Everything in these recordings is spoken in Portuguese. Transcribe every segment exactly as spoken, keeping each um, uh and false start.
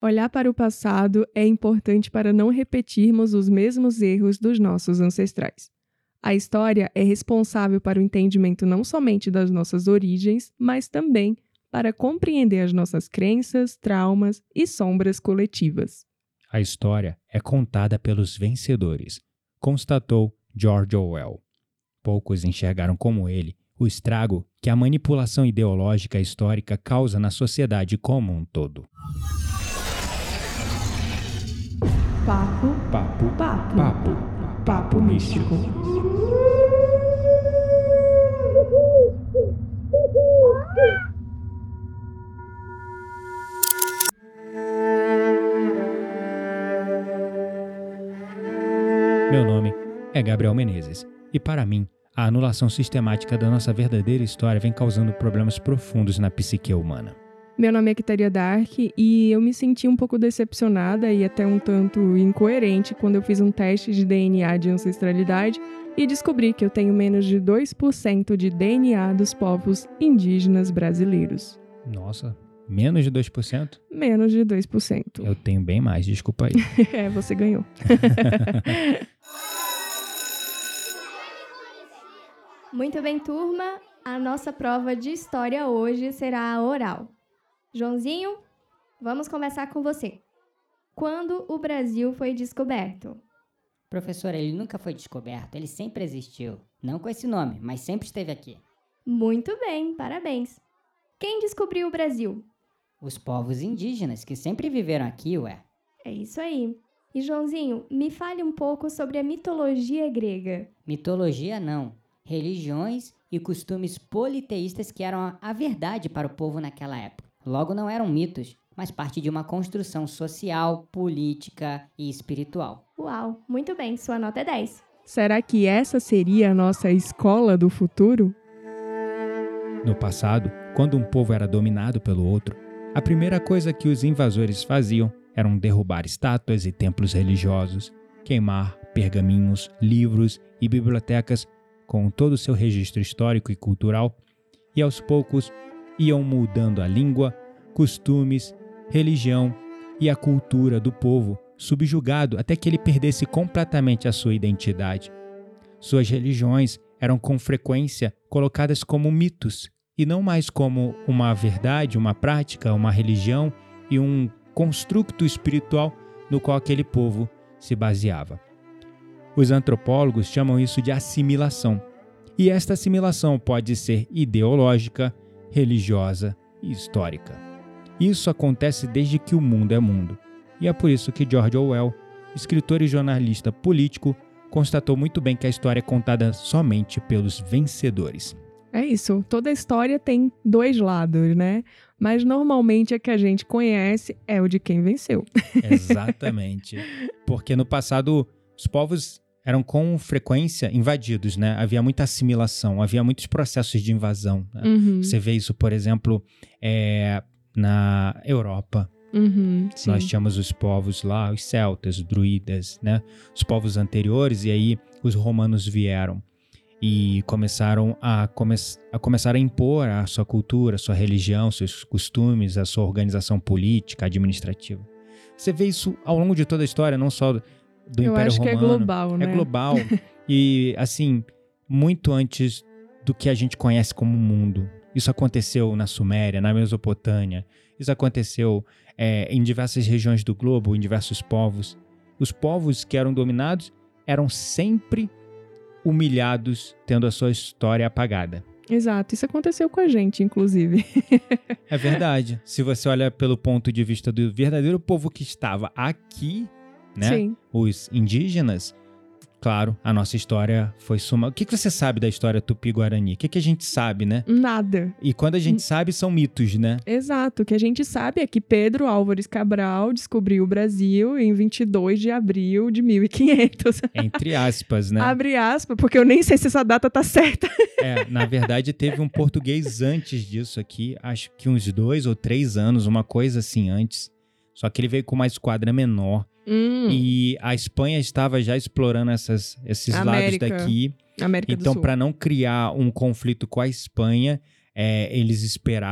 Olhar para o passado é importante para não repetirmos os mesmos erros dos nossos ancestrais. A história é responsável para o entendimento não somente das nossas origens, mas também para compreender as nossas crenças, traumas e sombras coletivas. A história é contada pelos vencedores, constatou George Orwell. Poucos enxergaram como ele o estrago que a manipulação ideológica histórica causa na sociedade como um todo. Papo, Papo, papo, papo, papo místico. Meu nome é Gabriel Menezes e, para mim, a anulação sistemática da nossa verdadeira história vem causando problemas profundos na psique humana. Meu nome é Kitaria Dark e eu me senti um pouco decepcionada e até um tanto incoerente quando eu fiz um teste de D N A de ancestralidade e descobri que eu tenho menos de dois por cento de D N A dos povos indígenas brasileiros. Nossa, menos de dois por cento? Menos de dois por cento. Eu tenho bem mais, desculpa aí. É, você ganhou. Muito bem, turma. A nossa prova de história hoje será a oral. Joãozinho, vamos começar com você. Quando o Brasil foi descoberto? Professora, ele nunca foi descoberto, ele sempre existiu. Não com esse nome, mas sempre esteve aqui. Muito bem, parabéns. Quem descobriu o Brasil? Os povos indígenas que sempre viveram aqui, ué. É isso aí. E Joãozinho, me fale um pouco sobre a mitologia grega. Mitologia não. Religiões e costumes politeístas que eram a verdade para o povo naquela época. Logo, não eram mitos, mas parte de uma construção social, política e espiritual. Uau, muito bem, sua nota é dez. Será que essa seria a nossa escola do futuro? No passado, quando um povo era dominado pelo outro, a primeira coisa que os invasores faziam eram derrubar estátuas e templos religiosos, queimar pergaminhos, livros e bibliotecas com todo o seu registro histórico e cultural, e aos poucos iam mudando a língua, costumes, religião e a cultura do povo, subjugado até que ele perdesse completamente a sua identidade. Suas religiões eram com frequência colocadas como mitos, e não mais como uma verdade, uma prática, uma religião e um construto espiritual no qual aquele povo se baseava. Os antropólogos chamam isso de assimilação, e esta assimilação pode ser ideológica, religiosa e histórica. Isso acontece desde que o mundo é mundo, e é por isso que George Orwell, escritor e jornalista político, constatou muito bem que a história é contada somente pelos vencedores. É isso, toda história tem dois lados, né? Mas normalmente a que a gente conhece é o de quem venceu. Exatamente. Porque no passado os povos eram com frequência invadidos, né? Havia muita assimilação, havia muitos processos de invasão. Né? Uhum. Você vê isso, por exemplo, é, na Europa. Uhum, Nós tínhamos os povos lá, os celtas, os druidas, né? Os povos anteriores, e aí os romanos vieram e começaram a, come- a começar a impor a sua cultura, a sua religião, seus costumes, a sua organização política, administrativa. Você vê isso ao longo de toda a história, não só do Eu Império acho Romano. que é global, né? É global. E, assim, muito antes do que a gente conhece como mundo. Isso aconteceu na Suméria, na Mesopotâmia. Isso aconteceu é, em diversas regiões do globo, em diversos povos. Os povos que eram dominados eram sempre humilhados, tendo a sua história apagada. Exato, isso aconteceu com a gente, inclusive. É verdade. Se você olha pelo ponto de vista do verdadeiro povo que estava aqui, né? Sim. Os indígenas, claro, a nossa história foi suma. O que você sabe da história Tupi-Guarani? O que, que a gente sabe, né? Nada. E quando a gente sabe, são mitos, né? Exato, o que a gente sabe é que Pedro Álvares Cabral descobriu o Brasil em vinte e dois de abril de mil e quinhentos. Entre aspas, né? Abre aspas, porque eu nem sei se essa data tá certa. É, na verdade, teve um português antes disso aqui, acho que uns dois ou três anos, uma coisa assim antes. Só que ele veio com uma esquadra menor. Hum. E a Espanha estava já explorando essas, esses América. lados daqui. América do Então, Sul. para não criar um conflito com a Espanha, é, eles esperaram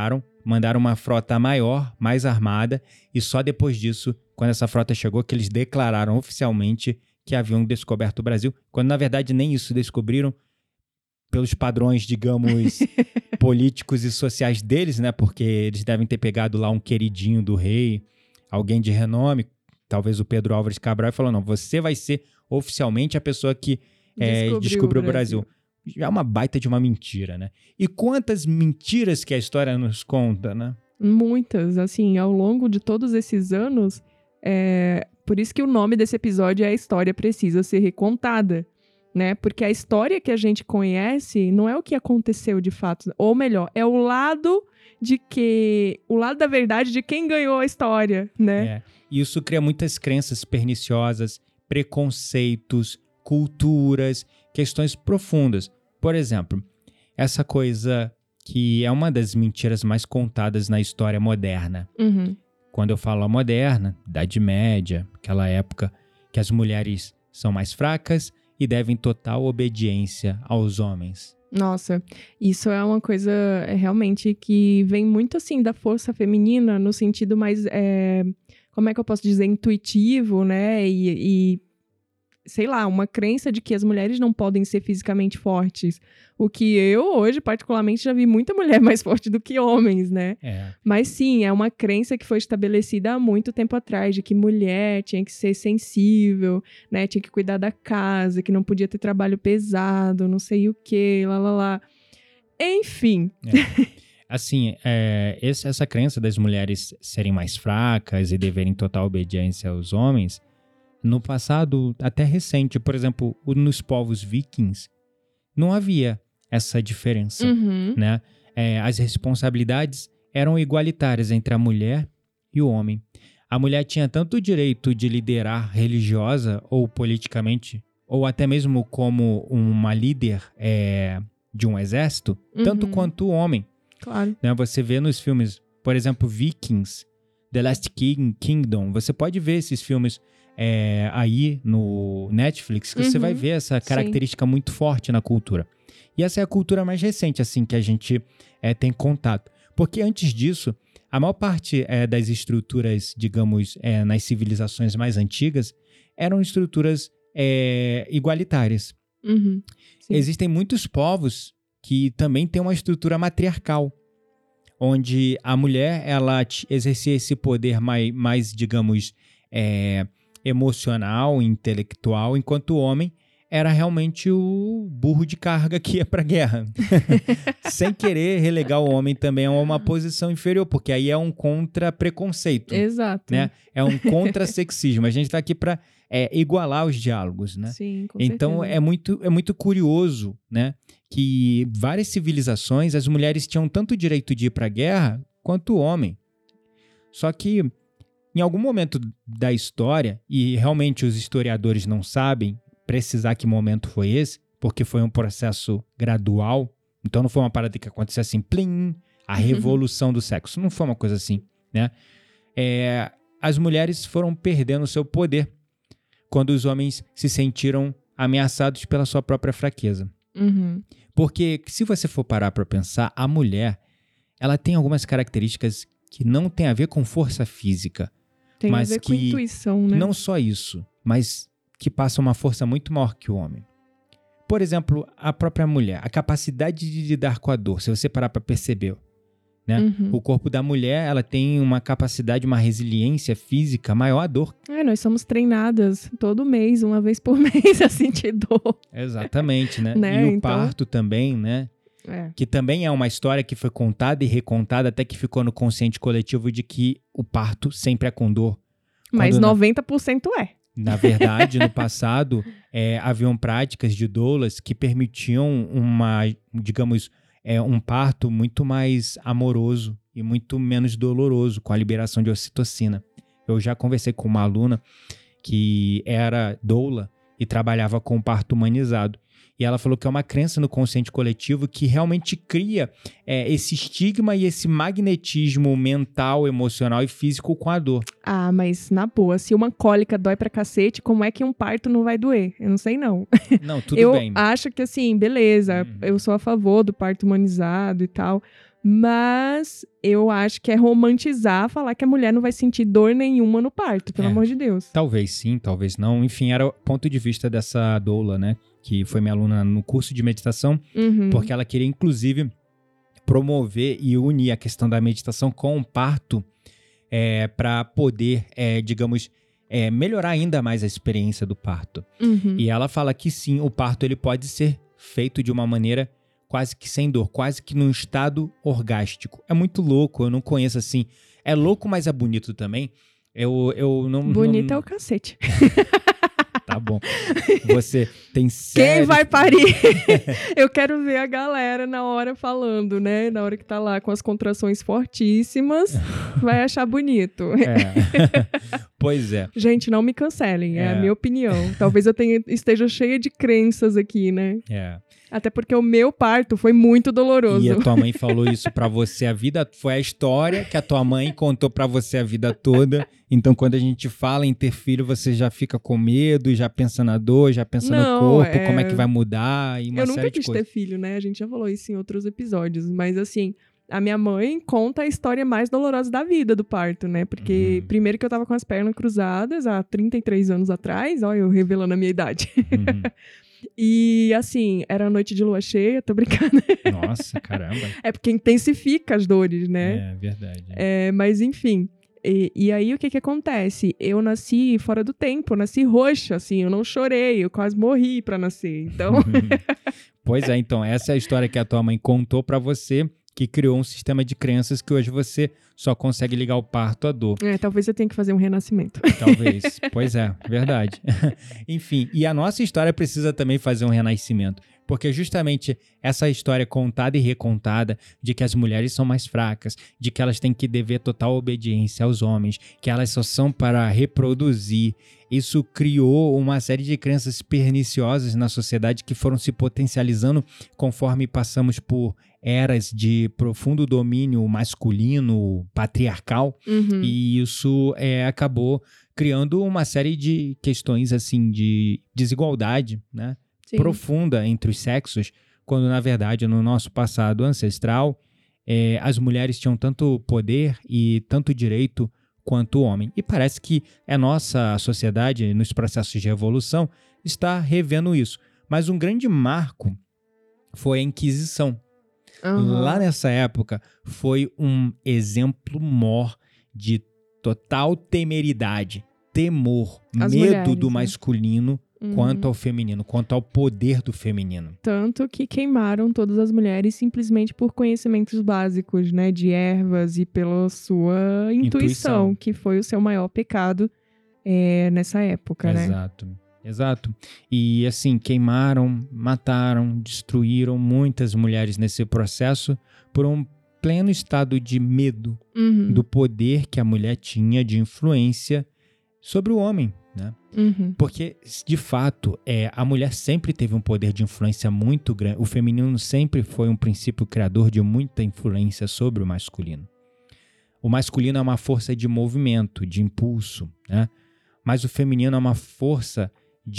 mandaram uma frota maior, mais armada, e só depois disso, quando essa frota chegou, que eles declararam oficialmente que haviam descoberto o Brasil, quando na verdade nem isso descobriram pelos padrões, digamos, políticos e sociais deles, né? Porque eles devem ter pegado lá um queridinho do rei, alguém de renome, talvez o Pedro Álvares Cabral, e falou, não, você vai ser oficialmente a pessoa que é, Descobriu descobriu o o Brasil. Brasil. Já é uma baita de uma mentira, né? E quantas mentiras que a história nos conta, né? Muitas, assim, ao longo de todos esses anos, é... por isso que o nome desse episódio é A História Precisa Ser Recontada, né? Porque a história que a gente conhece não é o que aconteceu de fato, ou melhor, é o lado de que... o lado da verdade de quem ganhou a história, né? É. E isso cria muitas crenças perniciosas, preconceitos, culturas, questões profundas. Por exemplo, essa coisa que é uma das mentiras mais contadas na história moderna. Uhum. Quando eu falo a moderna, Idade Média, aquela época que as mulheres são mais fracas e devem total obediência aos homens. Nossa, isso é uma coisa é, realmente que vem muito assim da força feminina no sentido mais, é, como é que eu posso dizer, intuitivo, né? E, e, sei lá, uma crença de que as mulheres não podem ser fisicamente fortes. O que eu, hoje, particularmente, já vi muita mulher mais forte do que homens, né? É. Mas sim, é uma crença que foi estabelecida há muito tempo atrás, de que mulher tinha que ser sensível, né? Tinha que cuidar da casa, que não podia ter trabalho pesado, não sei o quê, lá, lá, lá. Enfim. É. Assim, é, esse, essa crença das mulheres serem mais fracas e deverem total obediência aos homens, no passado até recente, por exemplo, nos povos vikings, não havia essa diferença, Uhum. né? É, as responsabilidades eram igualitárias entre a mulher e o homem. A mulher tinha tanto o direito de liderar religiosa ou politicamente, ou até mesmo como uma líder é, de um exército, Uhum. tanto quanto o homem. Claro. Né? Você vê nos filmes, por exemplo, Vikings, The Last King, Kingdom, você pode ver esses filmes é, aí no Netflix, que uhum. você vai ver essa característica Sim. muito forte na cultura. E essa é a cultura mais recente, assim, que a gente é, tem contato. Porque antes disso, a maior parte é, das estruturas, digamos, é, nas civilizações mais antigas, eram estruturas é, igualitárias. Uhum. Existem muitos povos que também têm uma estrutura matriarcal, onde a mulher ela exercia esse poder mais, mais digamos, é, emocional, intelectual, enquanto o homem era realmente o burro de carga que ia para a guerra. Sem querer relegar o homem também a uma posição inferior, porque aí é um contra-preconceito. Exato. Né? É um contra-sexismo. A gente está aqui para é, igualar os diálogos. Né? Sim, com então certeza. é muito, é muito curioso, né, que várias civilizações as mulheres tinham tanto o direito de ir para a guerra quanto o homem. Só que em algum momento da história, e realmente os historiadores não sabem precisar que momento foi esse, porque foi um processo gradual, então não foi uma parada que aconteceu assim, plim, a revolução do sexo, não foi uma coisa assim, né? É, as mulheres foram perdendo seu poder quando os homens se sentiram ameaçados pela sua própria fraqueza. Uhum. Porque se você for parar para pensar, a mulher, ela tem algumas características que não tem a ver com força física, tem mas a ver que com intuição, né? Não só isso, mas que passa uma força muito maior que o homem. Por exemplo, a própria mulher, a capacidade de lidar com a dor, se você parar para perceber, né? Uhum. O corpo da mulher, ela tem uma capacidade, uma resiliência física maior à dor. É, nós somos treinadas todo mês, uma vez por mês, a sentir dor. Exatamente, né? né? E o então... parto também, né? É. Que também é uma história que foi contada e recontada até que ficou no consciente coletivo de que o parto sempre é com dor. Mas Quando noventa por cento é. Na verdade, no passado, é, haviam práticas de doulas que permitiam uma, digamos, é, um parto muito mais amoroso e muito menos doloroso, com a liberação de ocitocina. Eu já conversei com uma aluna que era doula e trabalhava com parto humanizado. E ela falou que é uma crença no consciente coletivo que realmente cria é, esse estigma e esse magnetismo mental, emocional e físico com a dor. Ah, mas na boa, se uma cólica dói pra cacete, como é que um parto não vai doer? Eu não sei, não. Não, tudo eu bem. Eu acho que, assim, beleza, Uhum. eu sou a favor do parto humanizado e tal, Mas eu acho que é romantizar falar que a mulher não vai sentir dor nenhuma no parto, pelo É. amor de Deus. Talvez sim, talvez não. Enfim, era o ponto de vista dessa doula, né? Que foi minha aluna no curso de meditação, Uhum. porque ela queria, inclusive, promover e unir a questão da meditação com o parto é, para poder, é, digamos, é, melhorar ainda mais a experiência do parto. Uhum. E ela fala que sim, o parto ele pode ser feito de uma maneira quase que sem dor, quase que num estado orgástico. É muito louco, eu não conheço assim. É louco, mas é bonito também. Eu, eu não... Bonito não... é o cacete. Tá bom. Você tem sério... Quem vai parir? Eu quero ver a galera na hora falando, né? Na hora que tá lá com as contrações fortíssimas, vai achar bonito. É. Pois é. Gente, não me cancelem, é, É. a minha opinião. Talvez eu tenha, esteja cheia de crenças aqui, né? É. Até porque o meu parto foi muito doloroso. E a tua mãe falou isso pra você a vida... Foi a história que a tua mãe contou pra você a vida toda. Então, quando a gente fala em ter filho, você já fica com medo, já pensa na dor, já pensa Não, no corpo, é- como é que vai mudar e uma Eu série nunca de quis coisas. ter filho, né? A gente já falou isso em outros episódios. Mas, assim, a minha mãe conta a história mais dolorosa da vida do parto, né? Porque, Uhum. primeiro que eu tava com as pernas cruzadas há trinta e três anos atrás. Olha, eu revelando a minha idade. Uhum. E, assim, era noite de lua cheia, tô brincando. Nossa, caramba. É porque intensifica as dores, né? É verdade. É, mas, enfim. E, e aí, o que que acontece? Eu nasci fora do tempo, eu nasci roxa, assim, eu não chorei, eu quase morri pra nascer. Então, Pois é, então, essa é a história que a tua mãe contou pra você, que criou um sistema de crenças que hoje você só consegue ligar o parto à dor. é, talvez eu tenha que fazer um renascimento. Talvez. Pois é, verdade. Enfim, e a nossa história precisa também fazer um renascimento. Porque justamente essa história contada e recontada de que as mulheres são mais fracas, de que elas têm que dever total obediência aos homens, que elas só são para reproduzir, isso criou uma série de crenças perniciosas na sociedade que foram se potencializando conforme passamos por eras de profundo domínio masculino, patriarcal, Uhum. e isso é, acabou criando uma série de questões assim de desigualdade, né? Sim. Profunda entre os sexos, quando na verdade no nosso passado ancestral eh, as mulheres tinham tanto poder e tanto direito quanto o homem. E parece que a nossa sociedade, nos processos de evolução, está revendo isso. Mas um grande marco foi a Inquisição. Aham. Lá nessa época foi um exemplo mor de total temeridade, temor, As medo mulheres, do né? masculino Uhum. quanto ao feminino, quanto ao poder do feminino. Tanto que queimaram todas as mulheres simplesmente por conhecimentos básicos, né? De ervas e pela sua intuição, Intuição. que foi o seu maior pecado é, nessa época, né? Exato, exato. E assim, queimaram, mataram, destruíram muitas mulheres nesse processo por um pleno estado de medo Uhum. do poder que a mulher tinha de influência sobre o homem, né? Uhum. Porque, de fato, é, a mulher sempre teve um poder de influência muito grande. O feminino sempre foi um princípio criador de muita influência sobre o masculino. O masculino é uma força de movimento, de impulso, né? Mas o feminino é uma força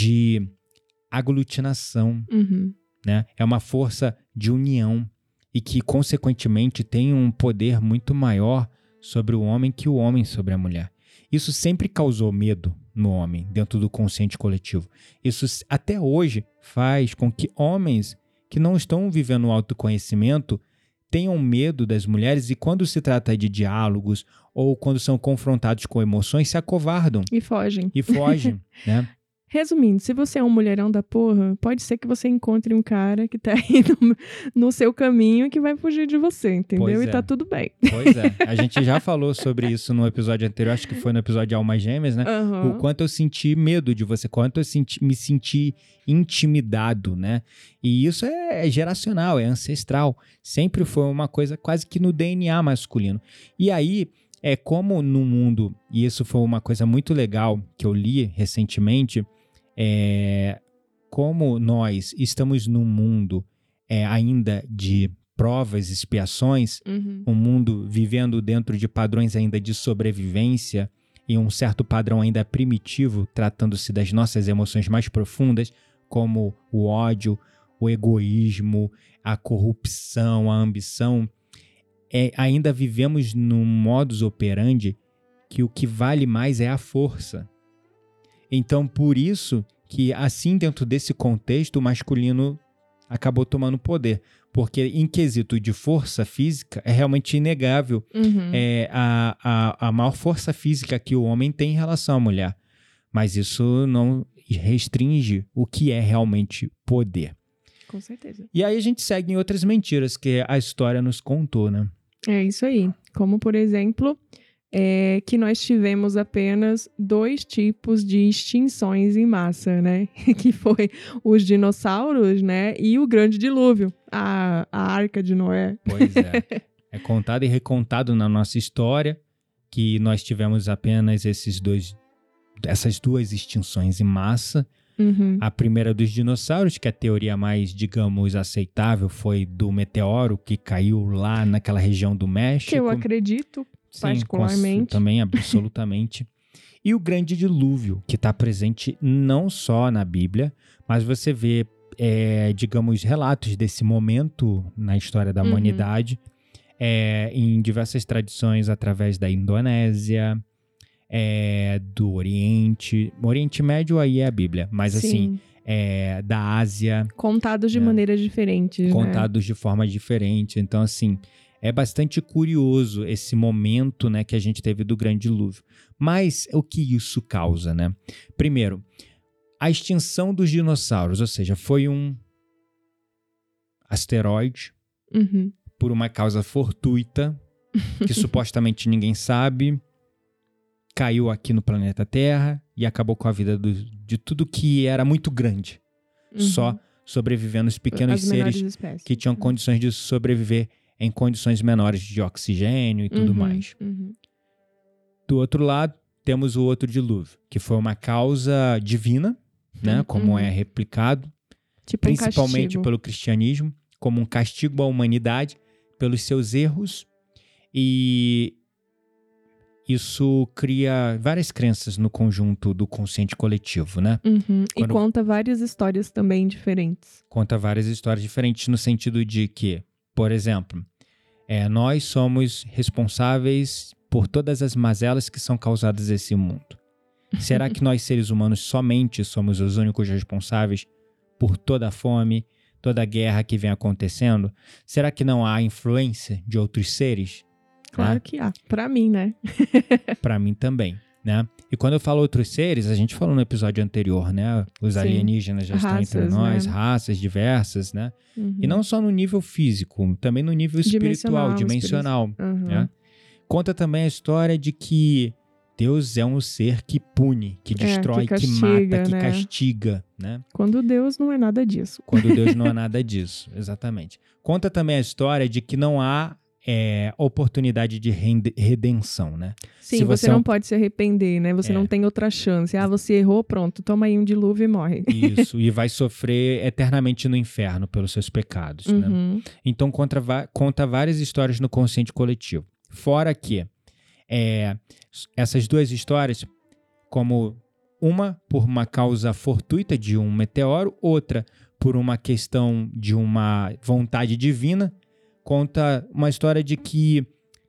de aglutinação, Uhum. né? É uma força de união e que, consequentemente, tem um poder muito maior sobre o homem que o homem sobre a mulher. Isso sempre causou medo no homem, dentro do consciente coletivo. Isso até hoje faz com que homens que não estão vivendo o autoconhecimento tenham medo das mulheres e quando se trata de diálogos ou quando são confrontados com emoções, se acovardam E fogem. e fogem, né? Resumindo, se você é um mulherão da porra, pode ser que você encontre um cara que tá aí no, no seu caminho que vai fugir de você, entendeu? Pois E é. tá tudo bem. Pois é, a gente já falou sobre isso no episódio anterior, acho que foi no episódio de Almas Gêmeas, né? Aham. O quanto eu senti medo de você, quanto eu senti, me senti intimidado, né? E isso é geracional, é ancestral. Sempre foi uma coisa quase que no D N A masculino. E aí, é como no mundo, e isso foi uma coisa muito legal que eu li recentemente, é como nós estamos num mundo é, ainda de provas e expiações, Uhum. um mundo vivendo dentro de padrões ainda de sobrevivência e um certo padrão ainda primitivo, tratando-se das nossas emoções mais profundas, como o ódio, o egoísmo, a corrupção, a ambição. é, ainda vivemos num modus operandi que o que vale mais é a força. Então, por isso que, assim, dentro desse contexto, o masculino acabou tomando poder. Porque, em quesito de força física, é realmente inegável Uhum. é, a, a, a maior força física que o homem tem em relação à mulher. Mas isso não restringe o que é realmente poder. Com certeza. E aí a gente segue em outras mentiras que a história nos contou, né? É isso aí. Como, por exemplo, é, que nós tivemos apenas dois tipos de extinções em massa, né? Que foi os dinossauros, né? E o grande dilúvio, a, a Arca de Noé. Pois é. É contado e recontado na nossa história que nós tivemos apenas esses dois, essas duas extinções em massa. Uhum. A primeira dos dinossauros, que a teoria mais, digamos, aceitável foi do meteoro que caiu lá naquela região do México. Que eu acredito, Sim, particularmente. Também, absolutamente. E o grande dilúvio, que está presente não só na Bíblia, mas você vê, é, digamos, relatos desse momento na história da Uhum. humanidade é, em diversas tradições através da Indonésia, é, do Oriente. O Oriente Médio aí é a Bíblia, mas Sim. assim, é, da Ásia. Contados de né? maneiras diferentes, Contados de forma diferente. Então, assim, é bastante curioso esse momento, né, que a gente teve do grande dilúvio. Mas o que isso causa, né? Primeiro, a extinção dos dinossauros, ou seja, foi um asteroide né? Uhum. por uma causa fortuita, que supostamente ninguém sabe, caiu aqui no planeta Terra e acabou com a vida do, de tudo que era muito grande. Uhum. Só sobrevivendo os pequenos As menores seres espécies. que tinham condições de sobreviver em condições menores de oxigênio e tudo Uhum, mais. uhum. Do outro lado, temos o outro dilúvio, que foi uma causa divina, né, Uhum. como é replicado, Tipo um principalmente castigo. pelo cristianismo, como um castigo à humanidade pelos seus erros, e isso cria várias crenças no conjunto do consciente coletivo, né? Uhum. E Quando- conta várias histórias também diferentes. Conta várias histórias diferentes no sentido de que, por exemplo, é, nós somos responsáveis por todas as mazelas que são causadas nesse mundo. Será que nós, seres humanos, somente somos os únicos responsáveis por toda a fome, toda a guerra que vem acontecendo? Será que não há influência de outros seres? Claro né? que há. Pra mim, né? Para mim também, né? E quando eu falo outros seres, a gente falou no episódio anterior, né? Os Sim. alienígenas já estão entre Raças, nós, né? raças diversas, né? Uhum. E não só no nível físico, também no nível espiritual, dimensional. Uhum. Né? Conta também a história de que Deus é um ser que pune, que destrói, que que, castiga, mata, que né? castiga, né? Quando Deus não é nada disso. Quando Deus não é nada disso, exatamente. Conta também a história de que não há é, oportunidade de rende- redenção, né? Sim, Se você, você é um- não pode se arrepender, né? Você É. não tem outra chance. Ah, você errou, pronto, toma aí um dilúvio e morre. Isso, e vai sofrer eternamente no inferno pelos seus pecados, né? Uhum. Então conta, va- conta várias histórias no consciente coletivo. Fora que é, essas duas histórias, como uma por uma causa fortuita de um meteoro, outra por uma questão de uma vontade divina, conta uma história de que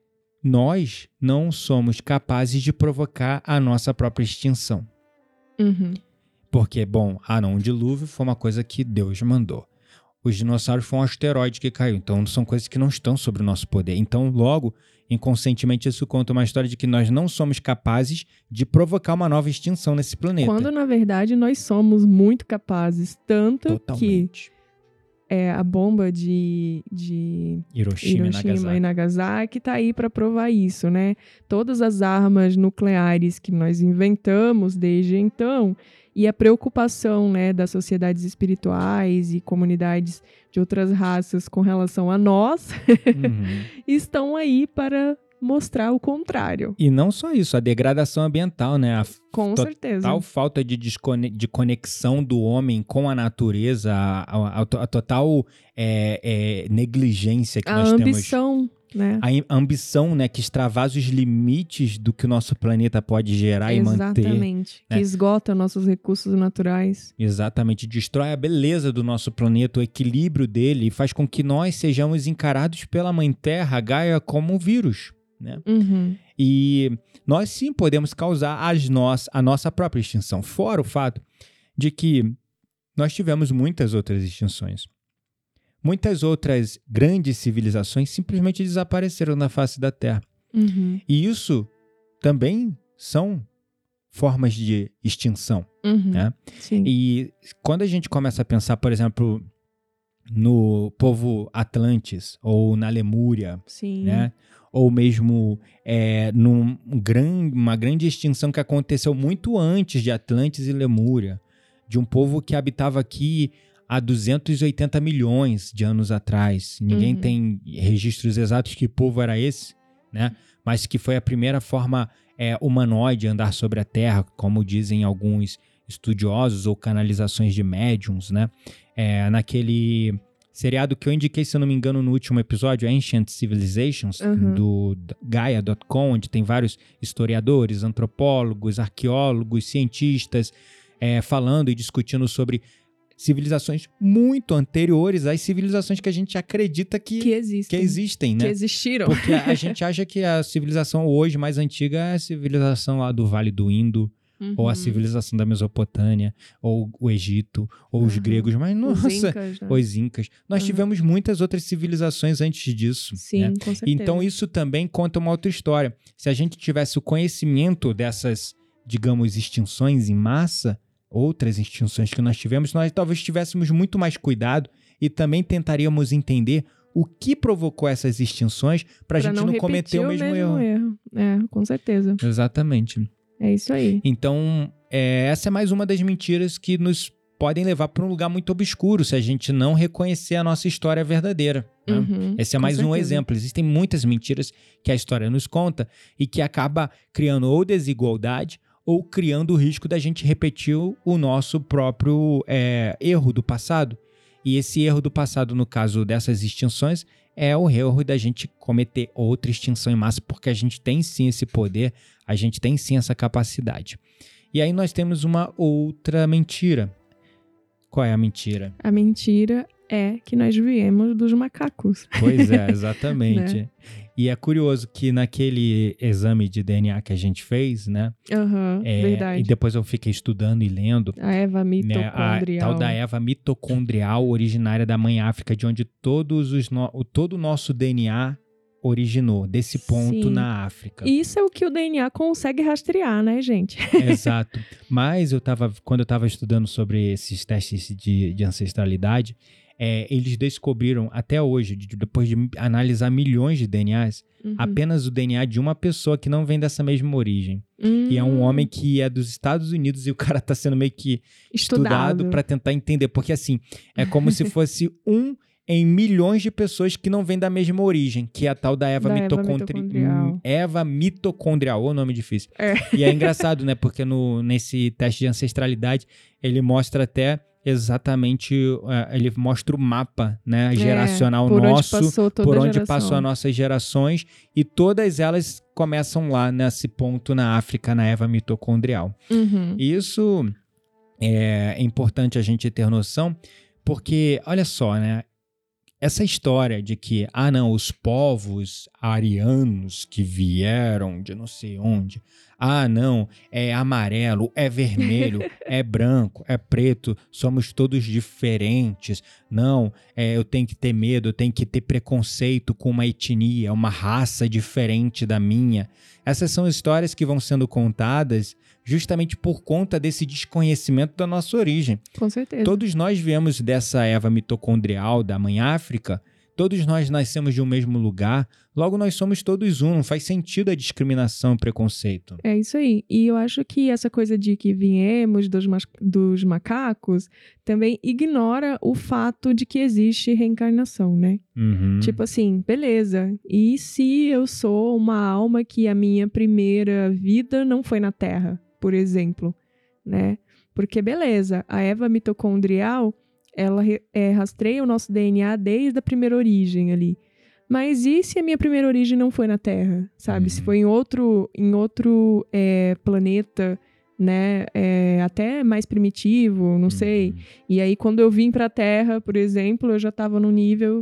nós não somos capazes de provocar a nossa própria extinção. Uhum. Porque, bom, ah não, um dilúvio foi uma coisa que Deus mandou. Os dinossauros foi um asteroide que caiu, então são coisas que não estão sobre o nosso poder. Então, logo, inconscientemente, isso conta uma história de que nós não somos capazes de provocar uma nova extinção nesse planeta. Quando, na verdade, nós somos muito capazes. Tanto que Totalmente. é, a bomba de, de Hiroshima, Hiroshima e Nagasaki. e Nagasaki tá aí para provar isso, né? Todas as armas nucleares que nós inventamos desde então e a preocupação, né, das sociedades espirituais e comunidades de outras raças com relação a nós Uhum. estão aí para mostrar o contrário. E não só isso, a degradação ambiental, né? A Com to- certeza. total falta de, descone- de conexão do homem com a natureza, a, a- a to- a total é, é, negligência que A nós temos. ambição né? A ambição, né, que extravasa os limites do que o nosso planeta pode gerar Exatamente. e manter. Exatamente. Né? Que esgota nossos recursos naturais. Exatamente. Destrói a beleza do nosso planeta, o equilíbrio dele, e faz com que nós sejamos encarados pela Mãe Terra, Gaia, como um vírus. Né? Uhum. E nós sim podemos causar as nós, a nossa própria extinção. Fora o fato de que nós tivemos muitas outras extinções. Muitas outras grandes civilizações simplesmente desapareceram da face da Terra. Uhum. E isso também são formas de extinção. Uhum. Né? Sim. E quando a gente começa a pensar, por exemplo, no povo Atlantes ou na Lemúria, Sim. né? Ou mesmo é, numa gran, grande extinção que aconteceu muito antes de Atlantes e Lemúria, de um povo que habitava aqui há duzentos e oitenta milhões de anos atrás. Ninguém Uhum. tem registros exatos que povo era esse, né? Mas que foi a primeira forma é, humanoide de andar sobre a Terra, como dizem alguns estudiosos ou canalizações de médiums, né? É, naquele seriado que eu indiquei, se eu não me engano, no último episódio, Ancient Civilizations, Uhum. do Gaia ponto com, onde tem vários historiadores, antropólogos, arqueólogos, cientistas é, falando e discutindo sobre civilizações muito anteriores às civilizações que a gente acredita que, Que existem. que existem, né? Que existiram. Porque a, a gente acha que a civilização hoje mais antiga é a civilização lá do Vale do Indo, Uhum. ou a civilização da Mesopotâmia, ou o Egito, ou os Uhum. gregos, mas nossa, Os incas, né? os incas. Nós Uhum. tivemos muitas outras civilizações antes disso. Sim, né? com certeza. Então isso também conta uma outra história. Se a gente tivesse o conhecimento dessas, digamos, extinções em massa, outras extinções que nós tivemos, nós talvez tivéssemos muito mais cuidado e também tentaríamos entender o que provocou essas extinções para a gente não, não cometer o mesmo, mesmo erro. erro. É, com certeza. Exatamente. É isso aí. Então, é, essa é mais uma das mentiras que nos podem levar para um lugar muito obscuro se a gente não reconhecer a nossa história verdadeira. Né? Uhum, Esse é com mais um certeza. exemplo. Existem muitas mentiras que a história nos conta e que acaba criando ou desigualdade ou criando o risco da gente repetir o nosso próprio é, erro do passado. E esse erro do passado, no caso dessas extinções, é o erro da gente cometer outra extinção em massa, porque a gente tem sim esse poder, a gente tem sim essa capacidade. E aí nós temos uma outra mentira. Qual é a mentira? A mentira é que nós viemos dos macacos. Pois é, exatamente. Né? E é curioso que naquele exame de D N A que a gente fez, né? Aham, uhum, é, verdade. E depois eu fiquei estudando e lendo. A Eva mitocondrial. Né, a tal da Eva mitocondrial, originária da mãe África, de onde todos os no, todo o nosso D N A originou, desse ponto Sim. na África. Isso é o que o D N A consegue rastrear, né, gente? Exato. Mas eu tava, quando eu estava estudando sobre esses testes de, de ancestralidade, é, eles descobriram até hoje, de, depois de analisar milhões de D N As, Uhum. apenas o D N A de uma pessoa que não vem dessa mesma origem. Hum. E é um homem que é dos Estados Unidos e o cara tá sendo meio que estudado, estudado para tentar entender. Porque assim, é como se fosse um em milhões de pessoas que não vêm da mesma origem, que é a tal da Eva, da mitocondri... Eva mitocondrial. Eva mitocondrial, o nome difícil. É. E é engraçado, né? Porque no, nesse teste de ancestralidade, ele mostra até exatamente, uh, ele mostra o mapa, né, geracional é, por nosso, onde passou toda por onde geração. passou as nossas gerações, e todas elas começam lá nesse ponto na África, na Eva mitocondrial. Uhum. Isso é importante a gente ter noção, porque, olha só, né, essa história de que, ah não, os povos arianos que vieram de não sei onde, ah não, é amarelo, é vermelho, é branco, é preto, somos todos diferentes, não, é, eu tenho que ter medo, eu tenho que ter preconceito com uma etnia, uma raça diferente da minha. Essas são histórias que vão sendo contadas justamente por conta desse desconhecimento da nossa origem. Com certeza. Todos nós viemos dessa Eva mitocondrial da mãe África, todos nós nascemos de um mesmo lugar, logo nós somos todos um, não faz sentido a discriminação e preconceito. É isso aí. E eu acho que essa coisa de que viemos dos, ma- dos macacos também ignora o fato de que existe reencarnação, né? Uhum. Tipo assim, beleza. E se eu sou uma alma que a minha primeira vida não foi na Terra, por exemplo, né? Porque beleza, a Eva mitocondrial, ela é, rastreia o nosso D N A desde a primeira origem ali. Mas e se a minha primeira origem não foi na Terra, sabe? Uhum. Se foi em outro, em outro é, planeta, né? É, até mais primitivo, não sei. Uhum. E aí, quando eu vim pra Terra, por exemplo, eu já tava num nível,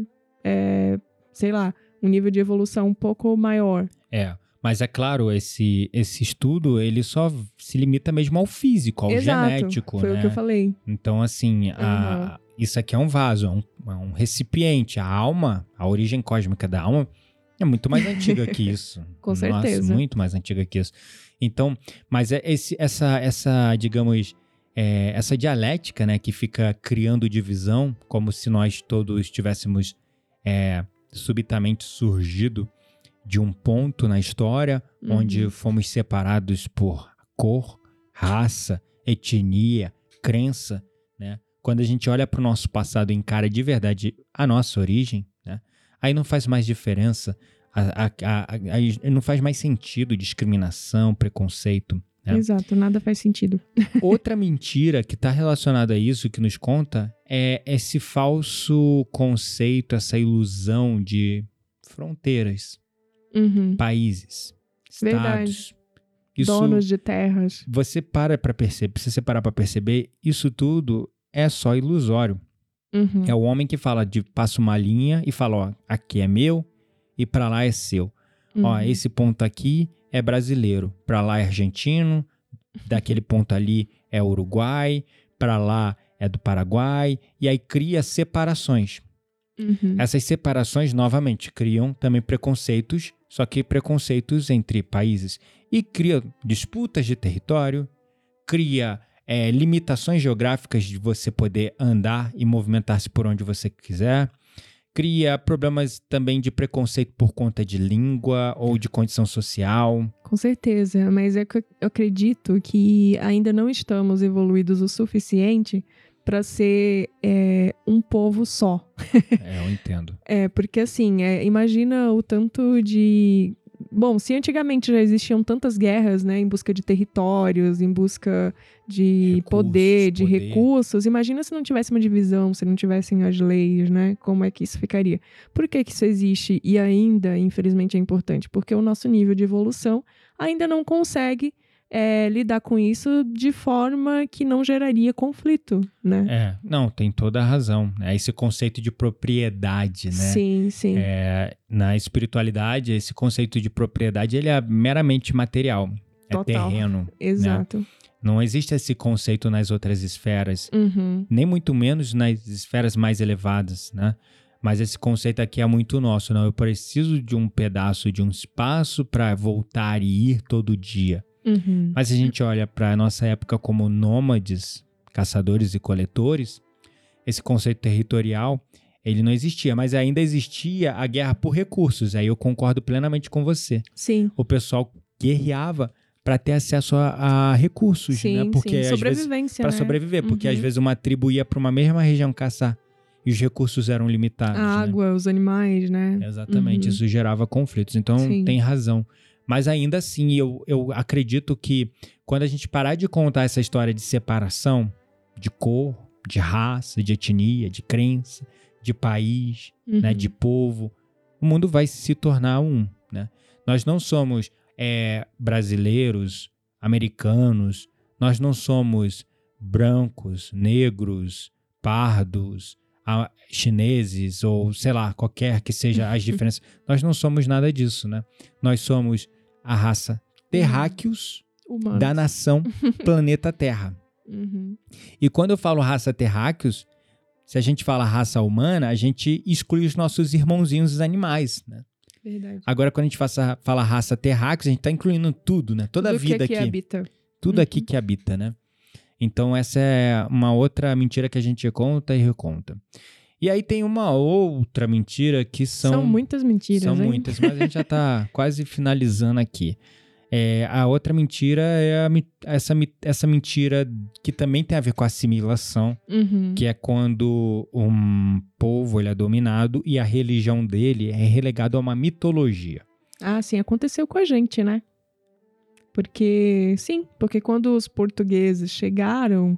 é, sei lá, um nível de evolução um pouco maior. É, mas é claro, esse, esse estudo, ele só se limita mesmo ao físico, ao Exato, genético, foi né? o que eu falei. Então, assim, a, isso aqui é um vaso, é um, é um recipiente. A alma, a origem cósmica da alma é muito mais antiga que isso. Com Nossa, certeza. muito mais antiga que isso. Então, mas é esse, essa, essa, digamos, é, essa dialética, né, que fica criando divisão, como se nós todos tivéssemos é, subitamente surgido de um ponto na história, Uhum. onde fomos separados por cor, raça, etnia, crença, né? Quando a gente olha para o nosso passado e encara de verdade a nossa origem, né? Aí não faz mais diferença, a, a, a, a, não faz mais sentido discriminação, preconceito. Né? Exato, nada faz sentido. Outra mentira que está relacionada a isso, que nos conta, é esse falso conceito, essa ilusão de fronteiras, Uhum. países, Verdade. estados. Isso, Donos de terras. você para para perceber, se você parar para perceber, isso tudo é só ilusório. Uhum. É o homem que fala de passa uma linha e fala, ó, aqui é meu e para lá é seu. Uhum. Ó, esse ponto aqui é brasileiro, para lá é argentino, daquele ponto ali é Uruguai, para lá é do Paraguai, e aí cria separações. Uhum. Essas separações, novamente, criam também preconceitos, só que preconceitos entre países. E cria disputas de território, cria é, limitações geográficas de você poder andar e movimentar-se por onde você quiser, cria problemas também de preconceito por conta de língua ou de condição social. Com certeza, mas é que eu acredito que ainda não estamos evoluídos o suficiente para ser é, um povo só. É, eu entendo. É, porque assim, é, imagina o tanto de... Bom, se antigamente já existiam tantas guerras, né, em busca de territórios, em busca de Recursos, poder, de poder. recursos, imagina se não tivesse uma divisão, se não tivessem as leis, né, como é que isso ficaria? Por que que isso existe e ainda, infelizmente, é importante? Porque o nosso nível de evolução ainda não consegue é, lidar com isso de forma que não geraria conflito, né? É, não, tem toda a razão. É esse conceito de propriedade, né? Sim, sim. É, na espiritualidade, esse conceito de propriedade, ele é meramente material. É Total. terreno. Exato. Né? Não existe esse conceito nas outras esferas, Uhum. nem muito menos nas esferas mais elevadas, né? Mas esse conceito aqui é muito nosso, não? Eu preciso de um pedaço, de um espaço para voltar e ir todo dia. Uhum. Mas se a gente olha para a nossa época como nômades, caçadores e coletores, esse conceito territorial, ele não existia, mas ainda existia a guerra por recursos. Aí eu concordo plenamente com você. Sim. O pessoal guerreava para ter acesso a, a recursos, Sim, né? Porque sim. às Sobrevivência, vezes para né? sobreviver, porque Uhum. às vezes uma tribo ia para uma mesma região caçar e os recursos eram limitados. A né? água, os animais, né? Exatamente, Uhum. isso gerava conflitos. Então, Sim. tem razão. Mas ainda assim, eu, eu acredito que quando a gente parar de contar essa história de separação, de cor, de raça, de etnia, de crença, de país, Uhum. né, de povo, o mundo vai se tornar um. Né? Nós não somos é, brasileiros, americanos, nós não somos brancos, negros, pardos, a, chineses ou, sei lá, qualquer que seja as diferenças. Nós não somos nada disso, né? Nós somos a raça terráqueos Humanos. da nação planeta Terra. Uhum. E quando eu falo raça terráqueos, se a gente fala raça humana, a gente exclui os nossos irmãozinhos os animais, né? Verdade. Agora, quando a gente faça, fala raça terráqueos, a gente está incluindo tudo, né? Toda Tudo a vida que aqui aqui. habita. Tudo Uhum. aqui que habita, né? Então, essa é uma outra mentira que a gente conta e reconta. E aí tem uma outra mentira que são... São muitas mentiras, São hein? muitas, mas a gente já está quase finalizando aqui. É, a outra mentira é a, essa, essa mentira que também tem a ver com assimilação, Uhum. que é quando um povo ele é dominado e a religião dele é relegada a uma mitologia. Ah, sim, aconteceu com a gente, né? Porque, sim, porque quando os portugueses chegaram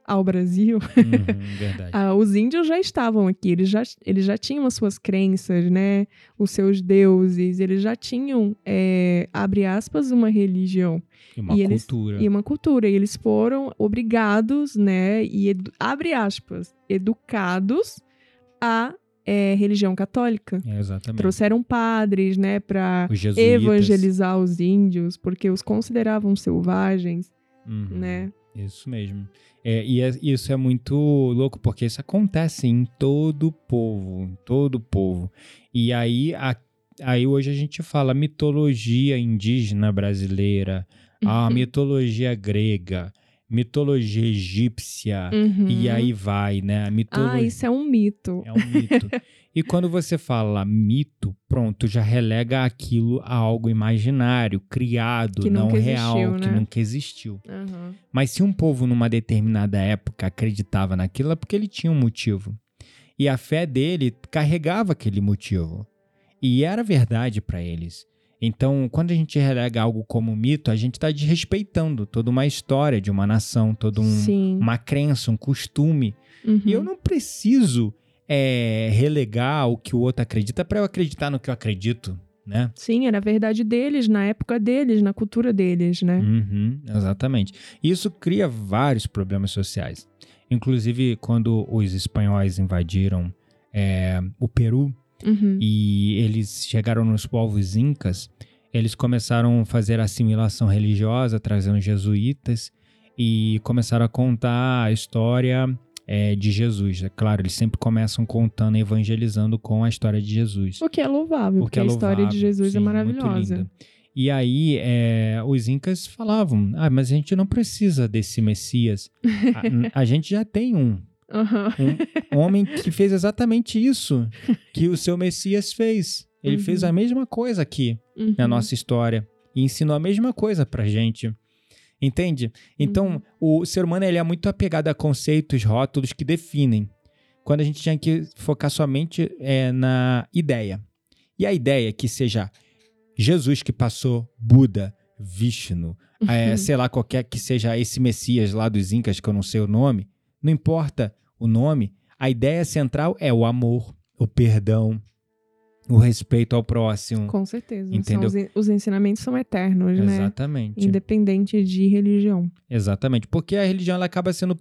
ao Brasil, Uhum, verdade. ah, os índios já estavam aqui, eles já, eles já tinham as suas crenças, né? Os seus deuses, eles já tinham, é, abre aspas, uma religião. E uma e eles- cultura. E uma cultura. E eles foram obrigados, né? E, edu- abre aspas, educados à é, religião católica. É, exatamente. Trouxeram padres, né? Para Os jesuítas. evangelizar os índios, porque os consideravam selvagens, Uhum. né? Isso mesmo. É, e é- isso é muito louco, porque isso acontece em todo povo, em todo povo. E aí, a- aí hoje a gente fala mitologia indígena brasileira, a mitologia grega, mitologia egípcia, Uhum. e aí vai, né? A Ah, mitologia isso é um mito. é um mito. E quando você fala mito, pronto, já relega aquilo a algo imaginário, criado, Que não nunca real, existiu, que né? nunca existiu. Aham. Mas se um povo numa determinada época acreditava naquilo, é porque ele tinha um motivo. E a fé dele carregava aquele motivo. E era verdade para eles. Então, quando a gente relega algo como mito, a gente está desrespeitando toda uma história de uma nação, toda um, Sim. uma crença, um costume. Uhum. E eu não preciso é, relegar o que o outro acredita para eu acreditar no que eu acredito, né? Sim, era a verdade deles, na época deles, na cultura deles, né? Uhum, exatamente. Isso cria vários problemas sociais. Inclusive, quando os espanhóis invadiram é, o Peru Uhum. e eles chegaram nos povos incas, eles começaram a fazer assimilação religiosa, trazendo jesuítas e começaram a contar a história é, de Jesus. É claro, eles sempre começam contando, evangelizando com a história de Jesus. O que é louvável, O porque que é a história de louvável, Jesus sim, é muito maravilhosa. linda. E aí, é, os incas falavam, ah, mas a gente não precisa desse Messias. A, a gente já tem um. Aham. Um homem que fez exatamente isso que o seu Messias fez. Ele Uhum. fez a mesma coisa aqui Uhum. na nossa história e ensinou a mesma coisa pra gente. Entende? Então, o ser humano ele é muito apegado a conceitos, rótulos que definem. Quando a gente tinha que focar somente é, na ideia. E a ideia é que seja Jesus que passou, Buda, Vishnu, é, sei lá, qualquer que seja esse Messias lá dos Incas, que eu não sei o nome, não importa o nome, a ideia central é o amor, o perdão, o respeito ao próximo. Com certeza. Entendeu? São os, os ensinamentos são eternos, né? Exatamente. Independente de religião. Exatamente. Porque a religião ela acaba sendo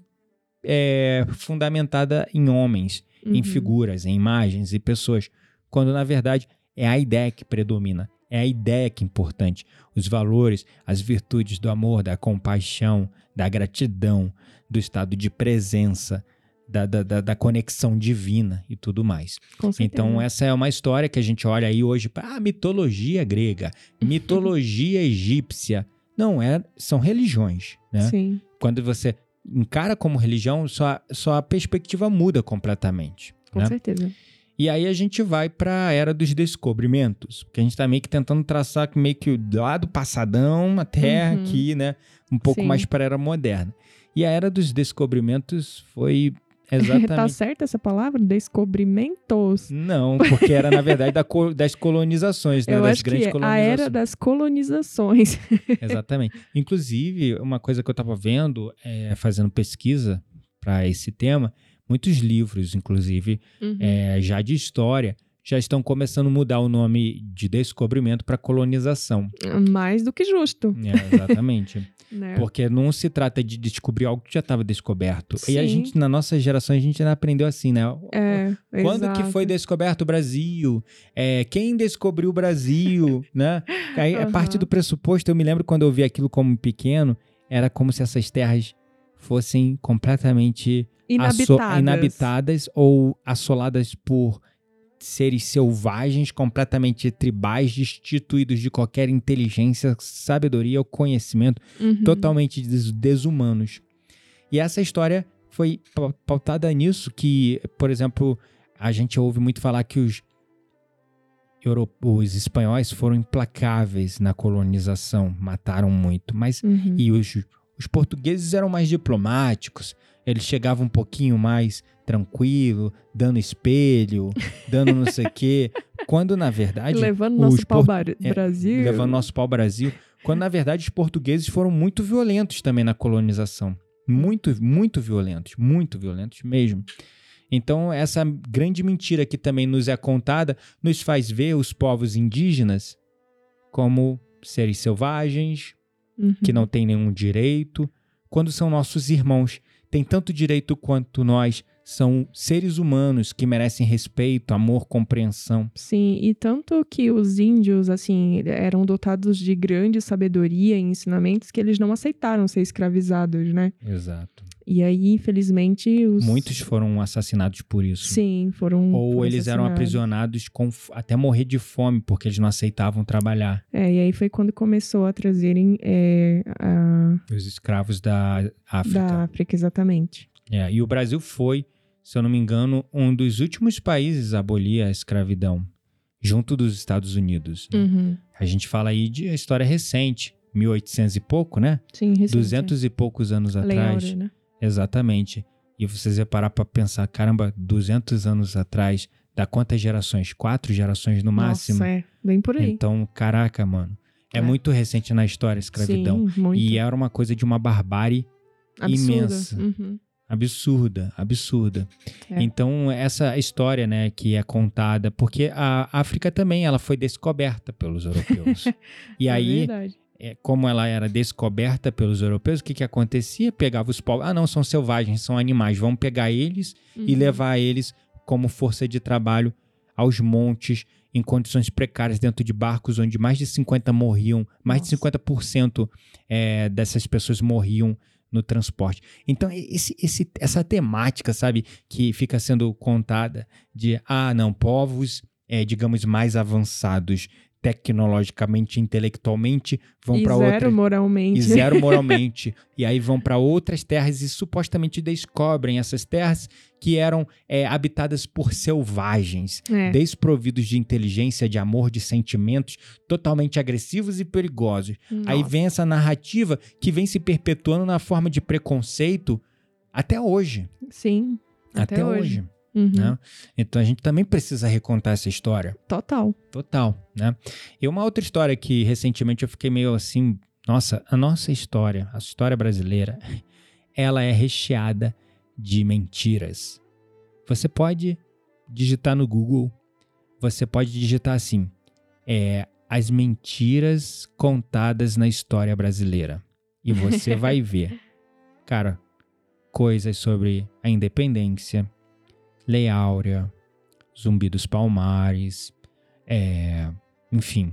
é, fundamentada em homens, em Uhum. figuras, em imagens e pessoas, quando na verdade é a ideia que predomina. É a ideia que é importante. Os valores, as virtudes do amor, da compaixão, da gratidão, do estado de presença, da, da, da, da conexão divina e tudo mais. Com certeza. Então, essa é uma história que a gente olha aí hoje para ah, mitologia grega, mitologia egípcia. Não, é, são religiões, né? Sim. Quando você encara como religião, sua, sua perspectiva muda completamente. Com né? certeza. E aí a gente vai para a era dos descobrimentos, porque a gente está meio que tentando traçar meio que lá do passadão até Uhum. aqui, né? Um pouco Sim. mais para a era moderna. E a era dos descobrimentos foi Tá exatamente... certa essa palavra? Descobrimentos. Não, porque era na verdade da co- das colonizações, né? Eu das acho que grandes é a colonizações. era das colonizações. Exatamente. Inclusive, uma coisa que eu estava vendo, é, fazendo pesquisa para esse tema, muitos livros, inclusive, Uhum. é, já de história, já estão começando a mudar o nome de descobrimento para colonização. Mais do que justo. É, exatamente. Né? Porque não se trata de descobrir algo que já estava descoberto. E a Sim. gente, na nossa geração, a gente ainda aprendeu assim, né? É, Quando exato. que foi descoberto o Brasil? É, quem descobriu o Brasil? Né? Aí, a Aham. partir do pressuposto, eu me lembro quando eu vi aquilo como pequeno, era como se essas terras fossem completamente asso- Inabitadas. inabitadas ou assoladas por seres selvagens, completamente tribais, destituídos de qualquer inteligência, sabedoria ou conhecimento, Uhum. totalmente des- desumanos. E essa história foi pa- pautada nisso que, por exemplo, a gente ouve muito falar que os, euro- os espanhóis foram implacáveis na colonização, mataram muito, mas Uhum. e os, os portugueses eram mais diplomáticos, eles chegavam um pouquinho mais tranquilo, dando espelho, dando não sei o quê, quando na verdade... Levando os nosso pau por- bar- é, Brasil. levando nosso pau Brasil, quando na verdade os portugueses foram muito violentos também na colonização. Muito, muito violentos, muito violentos mesmo. Então, essa grande mentira que também nos é contada nos faz ver os povos indígenas como seres selvagens, Uhum. que não têm nenhum direito, quando são nossos irmãos. Têm tanto direito quanto nós, são seres humanos que merecem respeito, amor, compreensão. Sim, e tanto que os índios, assim, eram dotados de grande sabedoria e ensinamentos que eles não aceitaram ser escravizados, né? Exato. E aí, infelizmente, os... Muitos foram assassinados por isso. Sim, foram Ou foram eles eram assassinados. aprisionados com, até morrer de fome, porque eles não aceitavam trabalhar. É, e aí foi quando começou a trazerem é, a... Os escravos da África. da África, exatamente. É, e o Brasil foi, se eu não me engano, um dos últimos países a abolir a escravidão, junto dos Estados Unidos. Né? Uhum. A gente fala aí de história recente, mil e oitocentos e pouco, né? Sim, recente. duzentos e poucos anos Lei atrás. Áurea, né? Exatamente. E vocês iam parar pra pensar, caramba, duzentos anos atrás, dá quantas gerações? Quatro gerações no máximo? Nossa, é, bem por aí. Então, caraca, mano. É, É. muito recente na história a escravidão. Sim, muito. E era uma coisa de uma barbárie Absurda. imensa. Uhum. absurda, absurda. É. Então, essa história, né, que é contada, porque a África também, ela foi descoberta pelos europeus. E É aí, verdade. é, como ela era descoberta pelos europeus, o que que acontecia? Pegava os povos, ah não, são selvagens, são animais, vamos pegar eles e Uhum. levar eles como força de trabalho aos montes, em condições precárias, dentro de barcos onde mais de cinquenta morriam, mais de Nossa. cinquenta por cento é, dessas pessoas morriam no transporte. Então, esse, esse, essa temática, sabe, que fica sendo contada de, ah, não, povos, é, digamos, mais avançados tecnologicamente, intelectualmente, vão E para zero outra... moralmente. E zero moralmente. E aí vão para outras terras e supostamente descobrem essas terras que eram é, habitadas por selvagens, É. desprovidos de inteligência, de amor, de sentimentos, totalmente agressivos e perigosos. Aí Nossa. vem essa narrativa que vem se perpetuando na forma de preconceito até hoje. Sim, até, hoje. Uhum. Né? Então a gente também precisa recontar essa história. Total. Total, né? E uma outra história que recentemente eu fiquei meio assim, nossa, a nossa história, a história brasileira, ela é recheada de mentiras. Você pode digitar no Google, você pode digitar assim, é, as mentiras contadas na história brasileira. E você vai ver, cara, coisas sobre a independência, Lei Áurea, Zumbi dos Palmares, é, enfim,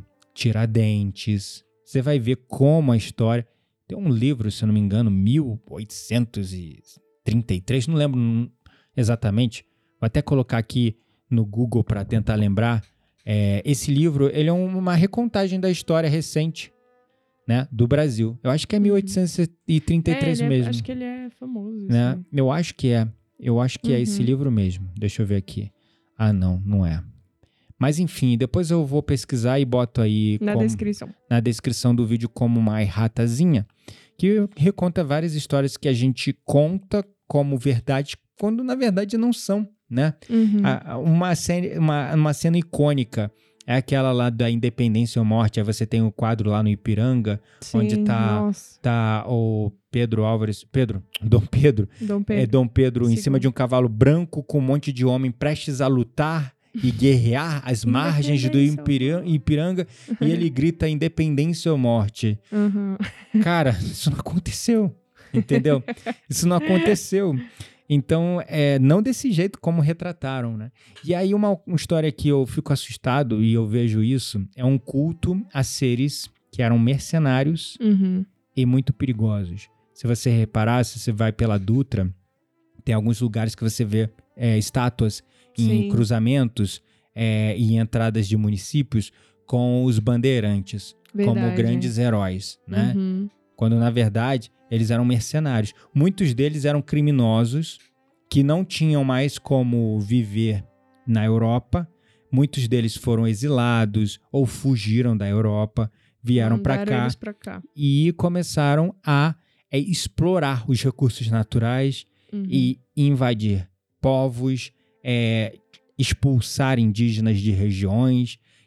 Tiradentes. Você vai ver como a história... Tem um livro, se eu não me engano, mil oitocentos e trinta e três, não lembro exatamente. Vou até colocar aqui no Google para tentar lembrar. É, esse livro, ele é uma recontagem da história recente, né, do Brasil. Eu acho que é mil oitocentos e trinta e três é, ele é- mesmo. Acho que ele é famoso. isso Né? aí. Eu acho que é. Eu acho que é esse Uhum. livro mesmo. Deixa eu ver aqui. Ah, não, não é. Mas enfim, depois eu vou pesquisar e boto aí Na como- descrição. na descrição do vídeo como uma erratazinha, que reconta várias histórias que a gente conta como verdade, quando na verdade não são, né? Uhum. A- a- uma, cena, uma, uma cena icônica é aquela lá da Independência ou Morte. Aí você tem o quadro lá no Ipiranga, onde Sim, tá- Nossa, tá o Pedro Álvares, Pedro, Dom Pedro, Dom é Pedro. Dom Pedro em Segundo. cima de um cavalo branco com um monte de homem prestes a lutar e guerrear às margens do Independência ou Ipiranga, Ipiranga e ele grita independência ou morte. Uhum. Cara, isso não aconteceu, entendeu? Isso não aconteceu. Então, é, não desse jeito como retrataram, né? E aí uma, uma história que eu fico assustado e eu vejo isso, é um culto a seres que eram mercenários Uhum. e muito perigosos. Se você reparar, se você vai pela Dutra, tem alguns lugares que você vê é, estátuas em Sim. cruzamentos é, e entradas de municípios com os bandeirantes como Verdade. grandes heróis, né? Uhum. Quando, na verdade, eles eram mercenários. Muitos deles eram criminosos que não tinham mais como viver na Europa. Muitos deles foram exilados ou fugiram da Europa, vieram para Mandaram cá eles pra cá. e começaram a é, explorar os recursos naturais Uhum. e invadir povos, é, expulsar indígenas de regiões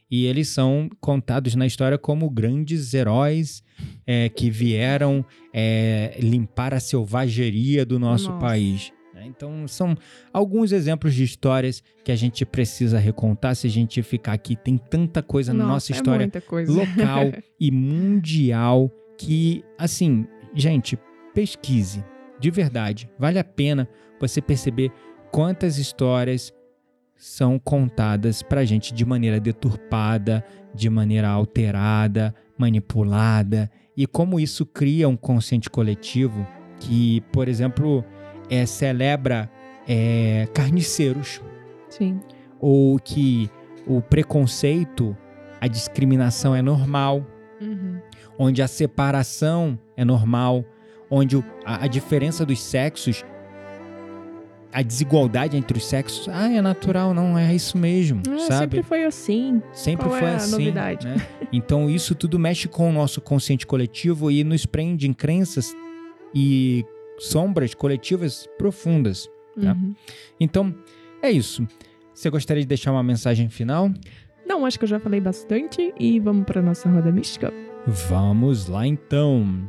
E eles são contados na história como grandes heróis é, que vieram é, limpar a selvageria do nosso Nossa. país. Então, são alguns exemplos de histórias que a gente precisa recontar se a gente ficar aqui. Tem tanta coisa na nossa é história muita coisa. local e mundial que, assim, gente, pesquise. De verdade, vale a pena você perceber quantas histórias são contadas pra gente de maneira deturpada, de maneira alterada, manipulada, e como isso cria um consciente coletivo que, por exemplo, é, celebra é, carniceiros, Sim. ou que o preconceito, a discriminação é normal, Uhum. onde a separação é normal, onde o, a, a diferença dos sexos, a desigualdade entre os sexos, ah, é natural, não é isso mesmo, Ah, sabe? Sempre foi assim. Sempre Qual foi é a assim, novidade? né? Então isso tudo mexe com o nosso consciente coletivo e nos prende em crenças e sombras coletivas profundas. Tá? Uhum. Então, é isso. Você gostaria de deixar uma mensagem final? Não, acho que eu já falei bastante e vamos para nossa roda mística. Vamos lá então.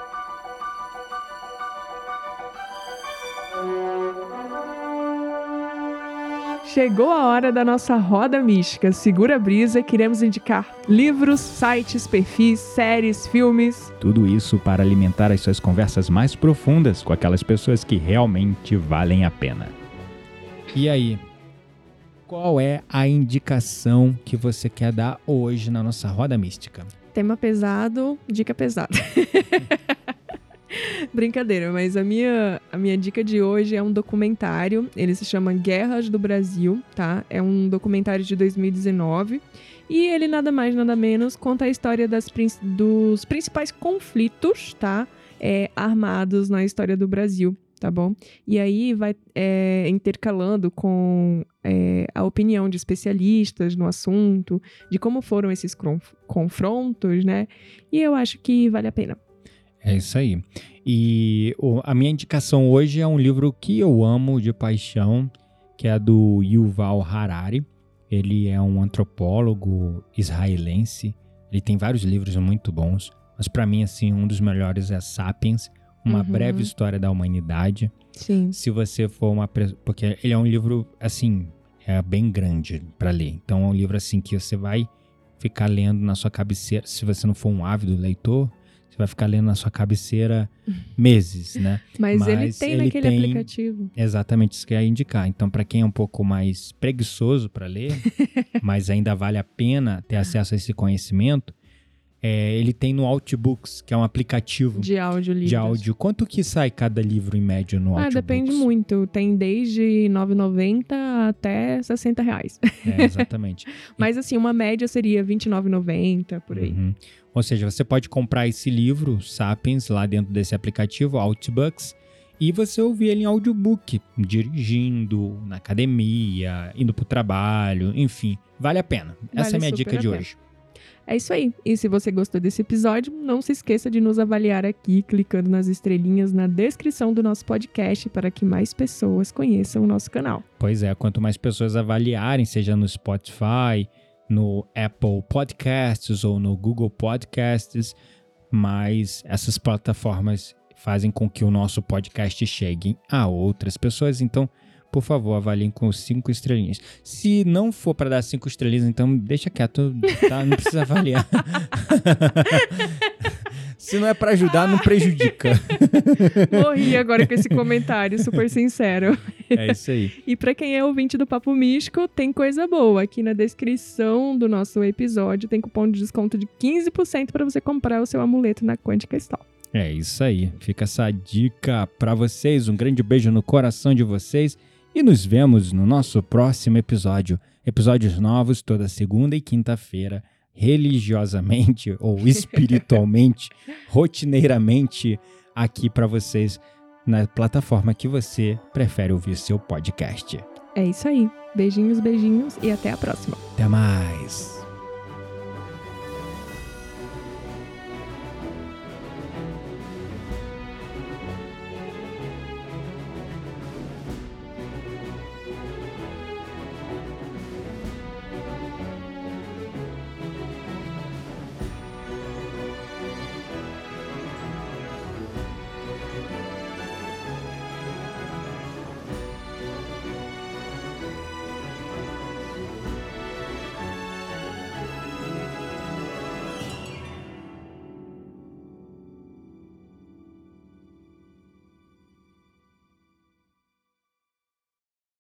Chegou a hora da nossa roda mística. Segura a brisa, queremos indicar livros, sites, perfis, séries, filmes. Tudo isso para alimentar as suas conversas mais profundas com aquelas pessoas que realmente valem a pena. E aí, qual é a indicação que você quer dar hoje na nossa roda mística? Tema pesado, dica pesada. Brincadeira, mas a minha, a minha dica de hoje é um documentário. Ele se chama Guerras do Brasil, tá? É um documentário de dois mil e dezenove. E ele nada mais, nada menos, conta a história das, dos principais conflitos, tá? É, armados na história do Brasil, tá bom? E aí vai é, intercalando com é, a opinião de especialistas no assunto, de como foram esses conf- confrontos, né? E eu acho que vale a pena. É isso aí. E o, a minha indicação hoje é um livro que eu amo de paixão, que é do Yuval Harari. Ele é um antropólogo israelense. Ele tem vários livros muito bons, mas para mim, assim, um dos melhores é Sapiens, Uma Uhum. Breve História da Humanidade. Sim. Se você for uma... Porque ele é um livro, assim, é bem grande para ler. Então é um livro, assim, que você vai ficar lendo na sua cabeceira. Se você não for um ávido leitor, você vai ficar lendo na sua cabeceira meses, né? Mas, Mas ele tem ele naquele tem- aplicativo. Exatamente isso que eu ia indicar. Então, para quem é um pouco mais preguiçoso para ler, mas ainda vale a pena ter acesso a esse conhecimento, é, ele tem no Outbooks, que é um aplicativo De áudio livros. de áudio. Quanto que sai cada livro em média no Ah, Outbooks? depende muito. Tem desde nove reais e noventa centavos até sessenta reais. É, exatamente. Mas assim, uma média seria vinte e nove reais e noventa centavos, por aí. Uhum. Ou seja, você pode comprar esse livro, Sapiens, lá dentro desse aplicativo, Outbooks, e você ouvir ele em audiobook, dirigindo, na academia, indo pro trabalho, enfim, vale a pena. Essa Vale é a minha super dica a de pena. hoje. É isso aí. E se você gostou desse episódio, não se esqueça de nos avaliar aqui, clicando nas estrelinhas na descrição do nosso podcast para que mais pessoas conheçam o nosso canal. Pois é, quanto mais pessoas avaliarem, seja no Spotify, no Apple Podcasts ou no Google Podcasts, mais essas plataformas fazem com que o nosso podcast chegue a outras pessoas. Então, por favor, avaliem com cinco estrelinhas. Se não for para dar cinco estrelinhas, então deixa quieto, tá? Não precisa avaliar. Se não é para ajudar, não prejudica. Morri agora com esse comentário, super sincero. É isso aí. E para quem é ouvinte do Papo Místico, tem coisa boa. Aqui na descrição do nosso episódio tem cupom de desconto de quinze por cento para você comprar o seu amuleto na Quântica Stall. É isso aí. Fica essa dica para vocês. Um grande beijo no coração de vocês. E nos vemos no nosso próximo episódio. Episódios novos toda segunda e quinta-feira, religiosamente ou espiritualmente, rotineiramente, aqui para vocês na plataforma que você prefere ouvir seu podcast. É isso aí. Beijinhos, beijinhos e até a próxima. Até mais!